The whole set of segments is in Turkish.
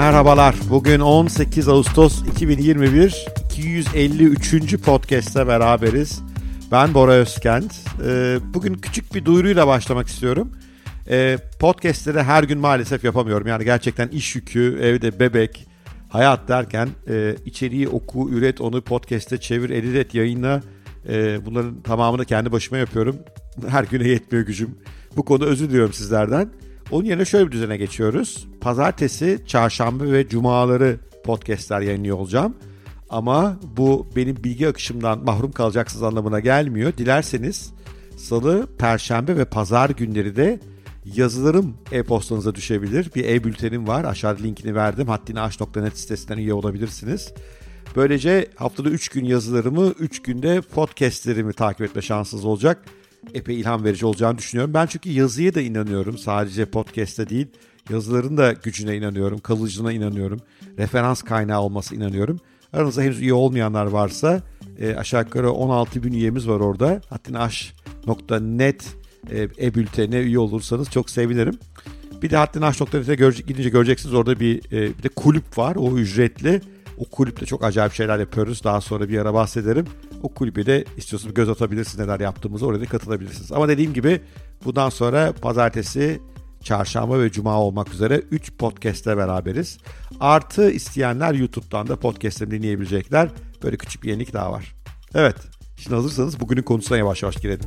Merhabalar. Bugün 18 Ağustos 2021, 253. podcast'te beraberiz. Ben Bora Özkent. Bugün küçük bir duyuruyla başlamak istiyorum. Podcast'leri her gün maalesef yapamıyorum. Yani gerçekten iş yükü, evde bebek, hayat derken içeriği oku, üret, onu podcast'e çevir, edit et, yayınla. Bunların tamamını kendi başıma yapıyorum. Her güne yetmiyor gücüm. Bu konuda özür diliyorum sizlerden. Onun yerine şöyle bir düzene geçiyoruz. Pazartesi, çarşamba ve cumaları podcastler yayınlıyor olacağım. Ama bu benim bilgi akışımdan mahrum kalacaksınız anlamına gelmiyor. Dilerseniz salı, perşembe ve pazar günleri de yazılarım e-postanıza düşebilir. Bir e-bültenim var. Aşağıda linkini verdim. haddiniaş.net sitesinden üye olabilirsiniz. Böylece haftada 3 gün yazılarımı, 3 günde podcastlerimi takip etme şansınız olacak. Epey ilham verici olacağını düşünüyorum. Ben çünkü yazıya da inanıyorum. Sadece podcast'te değil, yazıların da gücüne inanıyorum. Kalıcılığına inanıyorum. Referans kaynağı olması inanıyorum. Aranızda henüz üye olmayanlar varsa aşağı yukarı 16 bin üyemiz var orada. haddiniaş.net e-bültenine üye olursanız çok sevinirim. Bir de haddinaş.net'e gidince göreceksiniz orada bir de kulüp var. O ücretli. O kulüpte çok acayip şeyler yapıyoruz. Daha sonra bir ara bahsederim. O kulübe de istiyorsanız göz atabilirsiniz neler yaptığımızı. Oraya da katılabilirsiniz. Ama dediğim gibi bundan sonra pazartesi, çarşamba ve cuma olmak üzere 3 podcast'le beraberiz. Artı isteyenler YouTube'dan da podcast'lerimi dinleyebilecekler. Böyle küçük bir yenilik daha var. Evet, şimdi hazırsanız bugünün konusuna yavaş yavaş girelim.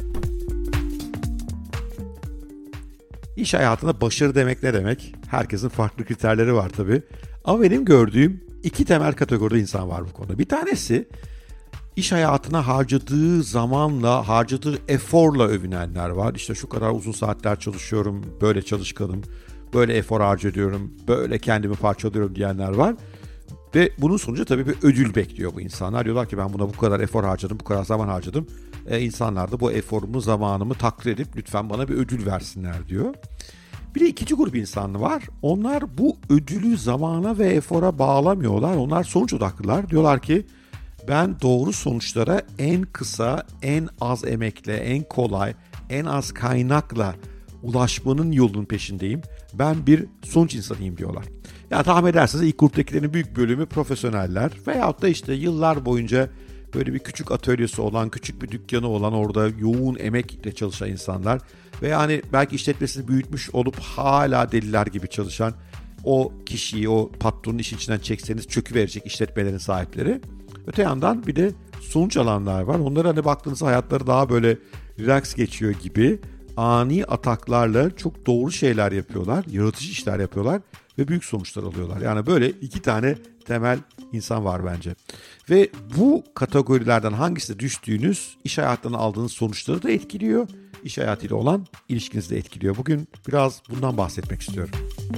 İş hayatında başarı demek ne demek? Herkesin farklı kriterleri var tabii. Ama benim gördüğüm 2 temel kategoride insan var bu konuda. Bir tanesi iş hayatına harcadığı zamanla, harcadığı eforla övünenler var. İşte şu kadar uzun saatler çalışıyorum, böyle çalışkanım, böyle efor harcıyorum, böyle kendimi parçalıyorum diyenler var. Ve bunun sonucu tabii bir ödül bekliyor bu insanlar. Diyorlar ki ben buna bu kadar efor harcadım, bu kadar zaman harcadım. İnsanlar da bu eforumu, zamanımı takdir edip lütfen bana bir ödül versinler diyor. Bir de ikinci grup insan var. Onlar bu ödülü zamana ve efora bağlamıyorlar. Onlar sonuç odaklılar. Diyorlar ki ben doğru sonuçlara en kısa, en az emekle, en kolay, en az kaynakla ulaşmanın yolunun peşindeyim. Ben bir sonuç insanıyım diyorlar. Ya tahmin ederseniz ilk gruptakilerin büyük bölümü profesyoneller veyahut da işte yıllar boyunca böyle bir küçük atölyesi olan, küçük bir dükkanı olan, orada yoğun emekle çalışan insanlar ve yani belki işletmesini büyütmüş olup hala deliler gibi çalışan o kişiyi, o patronun işin içinden çekseniz çöküverecek işletmelerin sahipleri. Öte yandan bir de sonuç alanlar var. Onlara hani baktığınızda hayatları daha böyle relax geçiyor gibi ani ataklarla çok doğru şeyler yapıyorlar, yaratıcı işler yapıyorlar ve büyük sonuçlar alıyorlar. Yani böyle 2 tane temel insan var bence. Ve bu kategorilerden hangisine düştüğünüz iş hayatından aldığınız sonuçları da etkiliyor. İş hayatıyla olan ilişkinizi de etkiliyor. Bugün biraz bundan bahsetmek istiyorum.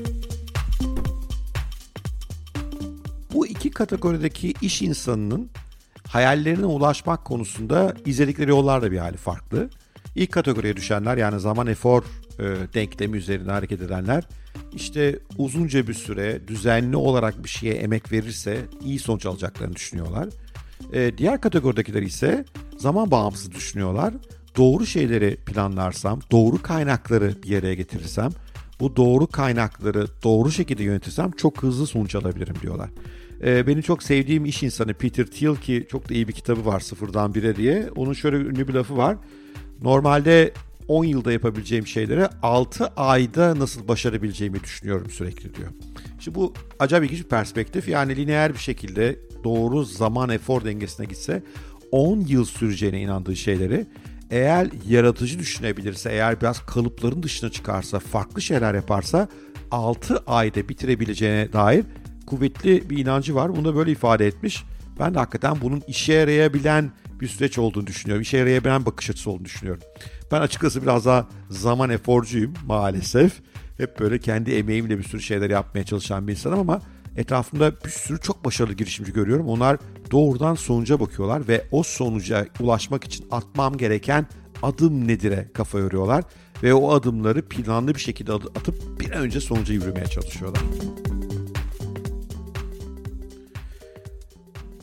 Bu 2 kategorideki iş insanının hayallerine ulaşmak konusunda izledikleri yollar da bir hali farklı. İlk kategoriye düşenler yani zaman efor denklemi üzerine hareket edenler işte uzunca bir süre düzenli olarak bir şeye emek verirse iyi sonuç alacaklarını düşünüyorlar. Diğer kategoridekiler ise zaman bağımsız düşünüyorlar. Doğru şeyleri planlarsam, doğru kaynakları bir yere getirirsem, bu doğru kaynakları doğru şekilde yönetirsem çok hızlı sonuç alabilirim diyorlar. Benim çok sevdiğim iş insanı Peter Thiel ki çok da iyi bir kitabı var Sıfırdan Bire diye. Onun şöyle ünlü bir lafı var. Normalde 10 yılda yapabileceğim şeyleri 6 ayda nasıl başarabileceğimi düşünüyorum sürekli diyor. Şimdi bu acayip ilginç bir perspektif. Yani lineer bir şekilde doğru zaman efor dengesine gitse 10 yıl süreceğine inandığı şeyleri eğer yaratıcı düşünebilirse, eğer biraz kalıpların dışına çıkarsa, farklı şeyler yaparsa 6 ayda bitirebileceğine dair kuvvetli bir inancı var. Bunu da böyle ifade etmiş. Ben de hakikaten bunun işe yarayabilen bir süreç olduğunu düşünüyorum. İşe yarayabilen bakış açısı olduğunu düşünüyorum. Ben açıkçası biraz daha zaman eforcuyum maalesef. Hep böyle kendi emeğimle bir sürü şeyler yapmaya çalışan bir insanım ama etrafımda bir sürü çok başarılı girişimci görüyorum. Onlar doğrudan sonuca bakıyorlar ve o sonuca ulaşmak için atmam gereken adım nedir'e kafa yoruyorlar. Ve o adımları planlı bir şekilde atıp bir an önce sonuca yürümeye çalışıyorlar.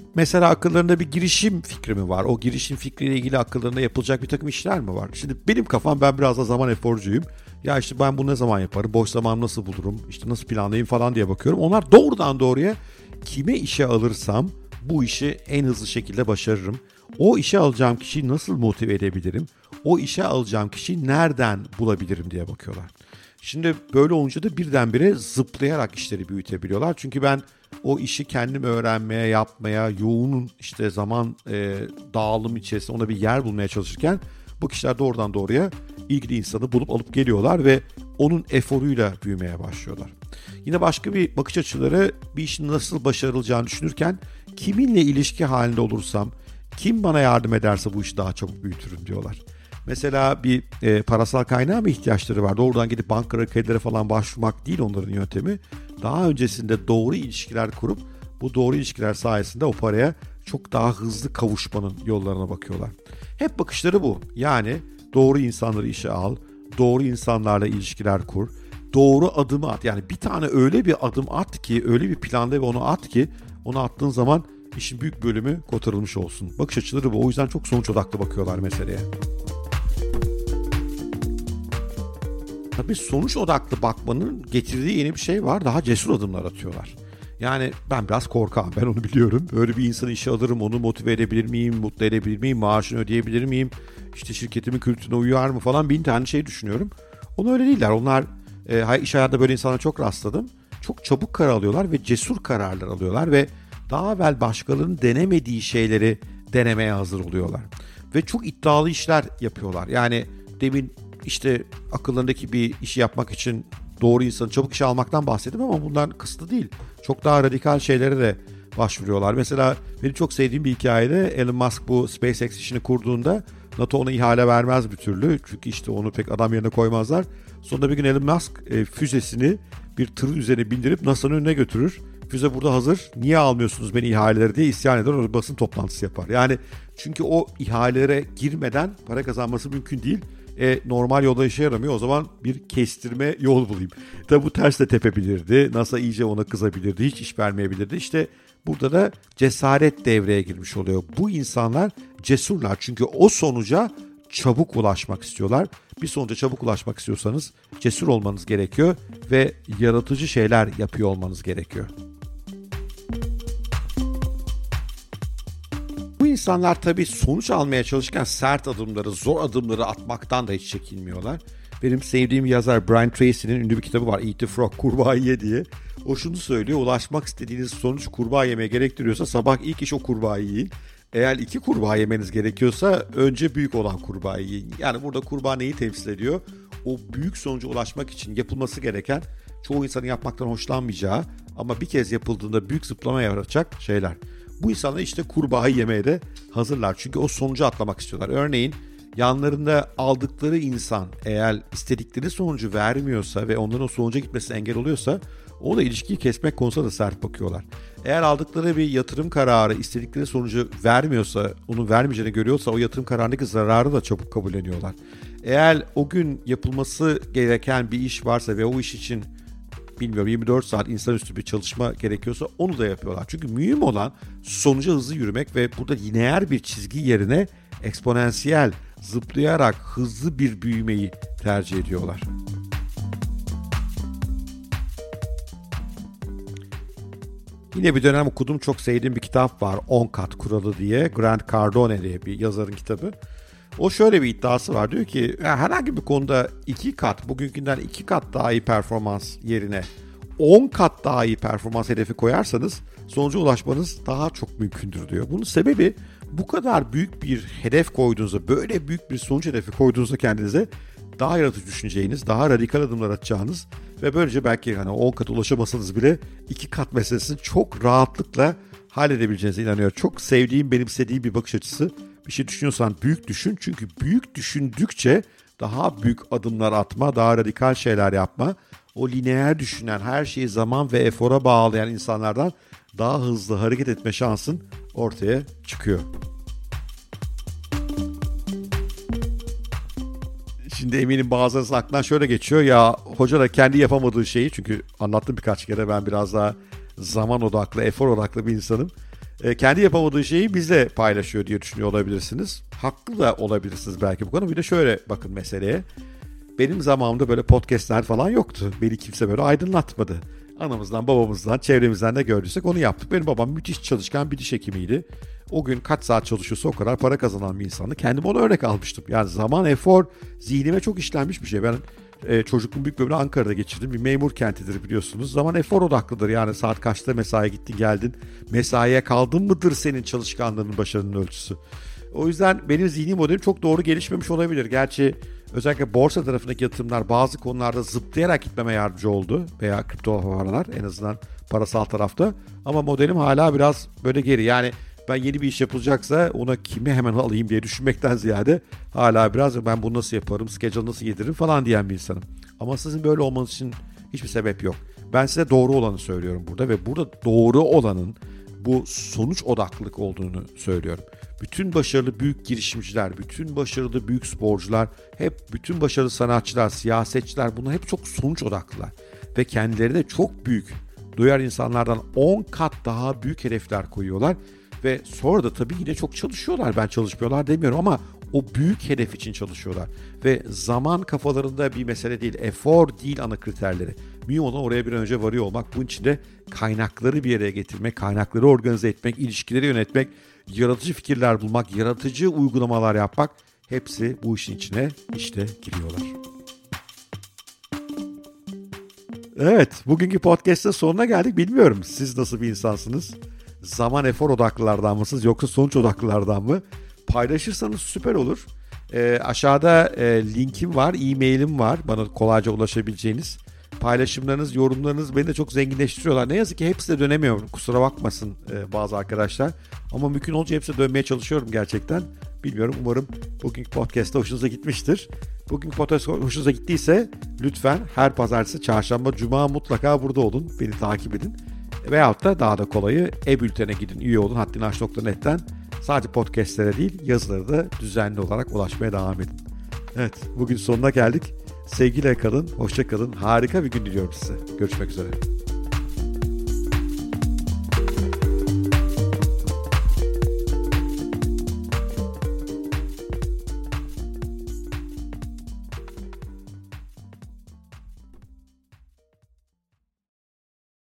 Mesela akıllarında bir girişim fikri mi var? O girişim fikriyle ilgili akıllarında yapılacak bir takım işler mi var? Şimdi benim kafam, ben biraz da zaman eforcuyum. Ya işte ben bunu ne zaman yaparım? Boş zaman nasıl bulurum? İşte nasıl planlayayım falan diye bakıyorum. Onlar doğrudan doğruya kime işe alırsam bu işi en hızlı şekilde başarırım. O işe alacağım kişiyi nasıl motive edebilirim? O işe alacağım kişiyi nereden bulabilirim diye bakıyorlar. Şimdi böyle olunca da birdenbire zıplayarak işleri büyütebiliyorlar. Çünkü ben o işi kendim öğrenmeye, yapmaya, yoğun işte zaman dağılım içerisinde ona bir yer bulmaya çalışırken bu kişiler doğrudan doğruya ilgili insanı bulup alıp geliyorlar ve onun eforuyla büyümeye başlıyorlar. Yine başka bir bakış açıları, bir işin nasıl başarılacağını düşünürken kiminle ilişki halinde olursam, kim bana yardım ederse bu işi daha çabuk büyütürüm diyorlar. Mesela bir parasal kaynağa mı ihtiyaçları var? Doğrudan gidip bankalara, kredilere falan başvurmak değil onların yöntemi. Daha öncesinde doğru ilişkiler kurup bu doğru ilişkiler sayesinde o paraya çok daha hızlı kavuşmanın yollarına bakıyorlar. Hep bakışları bu. Yani doğru insanları işe al, doğru insanlarla ilişkiler kur, doğru adımı at. Yani bir tane öyle bir adım at ki, öyle bir planda ve onu at ki, onu attığın zaman işin büyük bölümü kotarılmış olsun. Bakış açıları bu. O yüzden çok sonuç odaklı bakıyorlar meseleye. Tabii sonuç odaklı bakmanın getirdiği yeni bir şey var. Daha cesur adımlar atıyorlar. Yani ben biraz korkağım, ben onu biliyorum. Böyle bir insanı işe alırım, onu motive edebilir miyim, mutlu edebilir miyim, maaşını ödeyebilir miyim, işte şirketimin kültürüne uyar mı falan, bin tane şey düşünüyorum. Onu öyle değiller. Onlar iş hayatında böyle insanlara çok rastladım. Çok çabuk karar alıyorlar ve cesur kararlar alıyorlar ve daha evvel başkalarının denemediği şeyleri denemeye hazır oluyorlar. Ve çok iddialı işler yapıyorlar. Yani demin işte akıllarındaki bir işi yapmak için doğru insanı çabuk işe almaktan bahsettim ama bundan kısıtlı değil. Çok daha radikal şeylere de başvuruyorlar. Mesela benim çok sevdiğim bir hikayede Elon Musk bu SpaceX işini kurduğunda NATO ona ihale vermez bir türlü. Çünkü işte onu pek adam yerine koymazlar. Sonunda bir gün Elon Musk füzesini bir tırın üzerine bindirip NASA'nın önüne götürür. Füze burada hazır, niye almıyorsunuz beni ihaleleri diye isyan eder, orada basın toplantısı yapar. Yani çünkü o ihalelere girmeden para kazanması mümkün değil. Normal yolda işe yaramıyor. O zaman bir kestirme yol bulayım. Tabi bu ters de tepebilirdi. NASA iyice ona kızabilirdi. Hiç iş vermeyebilirdi. İşte burada da cesaret devreye girmiş oluyor. Bu insanlar cesurlar. Çünkü o sonuca çabuk ulaşmak istiyorlar. Bir sonuca çabuk ulaşmak istiyorsanız cesur olmanız gerekiyor ve yaratıcı şeyler yapıyor olmanız gerekiyor. Bu insanlar tabii sonuç almaya çalışırken sert adımları, zor adımları atmaktan da hiç çekinmiyorlar. Benim sevdiğim yazar Brian Tracy'nin ünlü bir kitabı var, Eat the Frog, Kurbağa Ye diye. O şunu söylüyor, ulaşmak istediğiniz sonuç kurbağa yemeye gerektiriyorsa sabah ilk iş o kurbağayı yiyin. Eğer 2 kurbağa yemeniz gerekiyorsa önce büyük olan kurbağayı yiyin. Yani burada kurbağa neyi temsil ediyor? O büyük sonuca ulaşmak için yapılması gereken, çoğu insanın yapmaktan hoşlanmayacağı ama bir kez yapıldığında büyük zıplama yaratacak şeyler. Bu insanlar işte kurbağayı yemeye de hazırlar. Çünkü o sonucu atlamak istiyorlar. Örneğin yanlarında aldıkları insan eğer istedikleri sonucu vermiyorsa ve onların o sonuca gitmesine engel oluyorsa o da ilişkiyi kesmek konusunda da sert bakıyorlar. Eğer aldıkları bir yatırım kararı istedikleri sonucu vermiyorsa, onu vermeyeceğini görüyorsa o yatırım kararındaki zararı da çabuk kabulleniyorlar. Eğer o gün yapılması gereken bir iş varsa ve o iş için bilmiyorum 24 saat insanüstü bir çalışma gerekiyorsa onu da yapıyorlar. Çünkü mühim olan sonuca hızlı yürümek ve burada lineer bir çizgi yerine eksponansiyel, zıplayarak hızlı bir büyümeyi tercih ediyorlar. Yine bir dönem okuduğum, çok sevdiğim bir kitap var, 10 kat kuralı diye, Grant Cardone diye bir yazarın kitabı. O şöyle bir iddiası var, diyor ki herhangi bir konuda 2 kat, bugünkünden 2 kat daha iyi performans yerine 10 kat daha iyi performans hedefi koyarsanız sonuca ulaşmanız daha çok mümkündür diyor. Bunun sebebi, bu kadar büyük bir hedef koyduğunuzda, böyle büyük bir sonuç hedefi koyduğunuzda kendinize daha yaratıcı düşüneceğiniz, daha radikal adımlar atacağınız ve böylece belki 10 kat ulaşamasanız bile 2 kat meselesini çok rahatlıkla halledebileceğinize inanıyorum. Çok sevdiğim, benimsediğim bir bakış açısı. Bir şey düşünüyorsan büyük düşün. Çünkü büyük düşündükçe daha büyük adımlar atma, daha radikal şeyler yapma, o lineer düşünen, her şeyi zaman ve efora bağlayan insanlardan daha hızlı hareket etme şansın ortaya çıkıyor. Şimdi eminim bazılarınızın aklından şöyle geçiyor, ya hoca da kendi yapamadığı şeyi, çünkü anlattım birkaç kere, ben biraz daha zaman odaklı, efor odaklı bir insanım. Kendi yapamadığı şeyi bizle paylaşıyor diye düşünüyor olabilirsiniz. Haklı da olabilirsiniz belki bu konu. Bir de şöyle bakın meseleye. Benim zamanımda böyle podcastler falan yoktu. Beni kimse böyle aydınlatmadı. Anamızdan, babamızdan, çevremizden ne gördüysek onu yaptık. Benim babam müthiş çalışkan bir diş hekimiydi. O gün kaç saat çalışıyorsa o kadar para kazanan bir insandı. Kendim ona örnek almıştım. Yani zaman, efor zihnime çok işlenmiş bir şey. Ben çocukluğum büyük bölümünü Ankara'da geçirdim. Bir memur kentidir biliyorsunuz. Zaman efor odaklıdır. Yani saat kaçta mesaiye gittin geldin. Mesaiye kaldın mıdır senin çalışkanlığının, başarının ölçüsü. O yüzden benim zihni modelim çok doğru gelişmemiş olabilir. Gerçi özellikle borsa tarafındaki yatırımlar bazı konularda zıplayarak gitmeme yardımcı oldu. Veya kripto paralar en azından parasal tarafta. Ama modelim hala biraz böyle geri. Yani ben yeni bir iş yapılacaksa ona kimi hemen alayım diye düşünmekten ziyade hala biraz ben bunu nasıl yaparım, schedule nasıl yediririm falan diyen bir insanım. Ama sizin böyle olmanız için hiçbir sebep yok. Ben size doğru olanı söylüyorum burada ve burada doğru olanın bu sonuç odaklılık olduğunu söylüyorum. Bütün başarılı büyük girişimciler, bütün başarılı büyük sporcular, hep bütün başarılı sanatçılar, siyasetçiler bunlar hep çok sonuç odaklılar. Ve kendileri de çok büyük, duyar insanlardan 10 kat daha büyük hedefler koyuyorlar. Ve sonra da tabii yine çok çalışıyorlar. Ben çalışmıyorlar demiyorum ama o büyük hedef için çalışıyorlar. Ve zaman kafalarında bir mesele değil, efor değil ana kriterleri. Mühim olan oraya bir an önce varıyor olmak. Bunun için de kaynakları bir yere getirmek, kaynakları organize etmek, ilişkileri yönetmek, yaratıcı fikirler bulmak, yaratıcı uygulamalar yapmak hepsi bu işin içine işte giriyorlar. Evet, bugünkü podcast'ın sonuna geldik. Bilmiyorum siz nasıl bir insansınız? Zaman efor odaklılardan mısınız yoksa sonuç odaklılardan mı? Paylaşırsanız süper olur. Aşağıda linkim var, e-mailim var bana kolayca ulaşabileceğiniz. Paylaşımlarınız, yorumlarınız beni de çok zenginleştiriyorlar. Ne yazık ki hepsine dönemiyorum. Kusura bakmasın bazı arkadaşlar. Ama mümkün olunca hepsine dönmeye çalışıyorum gerçekten. Bilmiyorum, umarım bugünkü podcast'ta hoşunuza gitmiştir. Bugünkü podcast hoşunuza gittiyse lütfen her pazartesi, çarşamba, cuma mutlaka burada olun. Beni takip edin. Veyahut da daha da kolayı e-bültene gidin, üye olun haddinaş.net'ten. Sadece podcastlere değil yazıları da düzenli olarak ulaşmaya devam edin. Evet, bugün sonuna geldik. Sevgiyle kalın, hoşça kalın. Harika bir gün diliyorum size. Görüşmek üzere.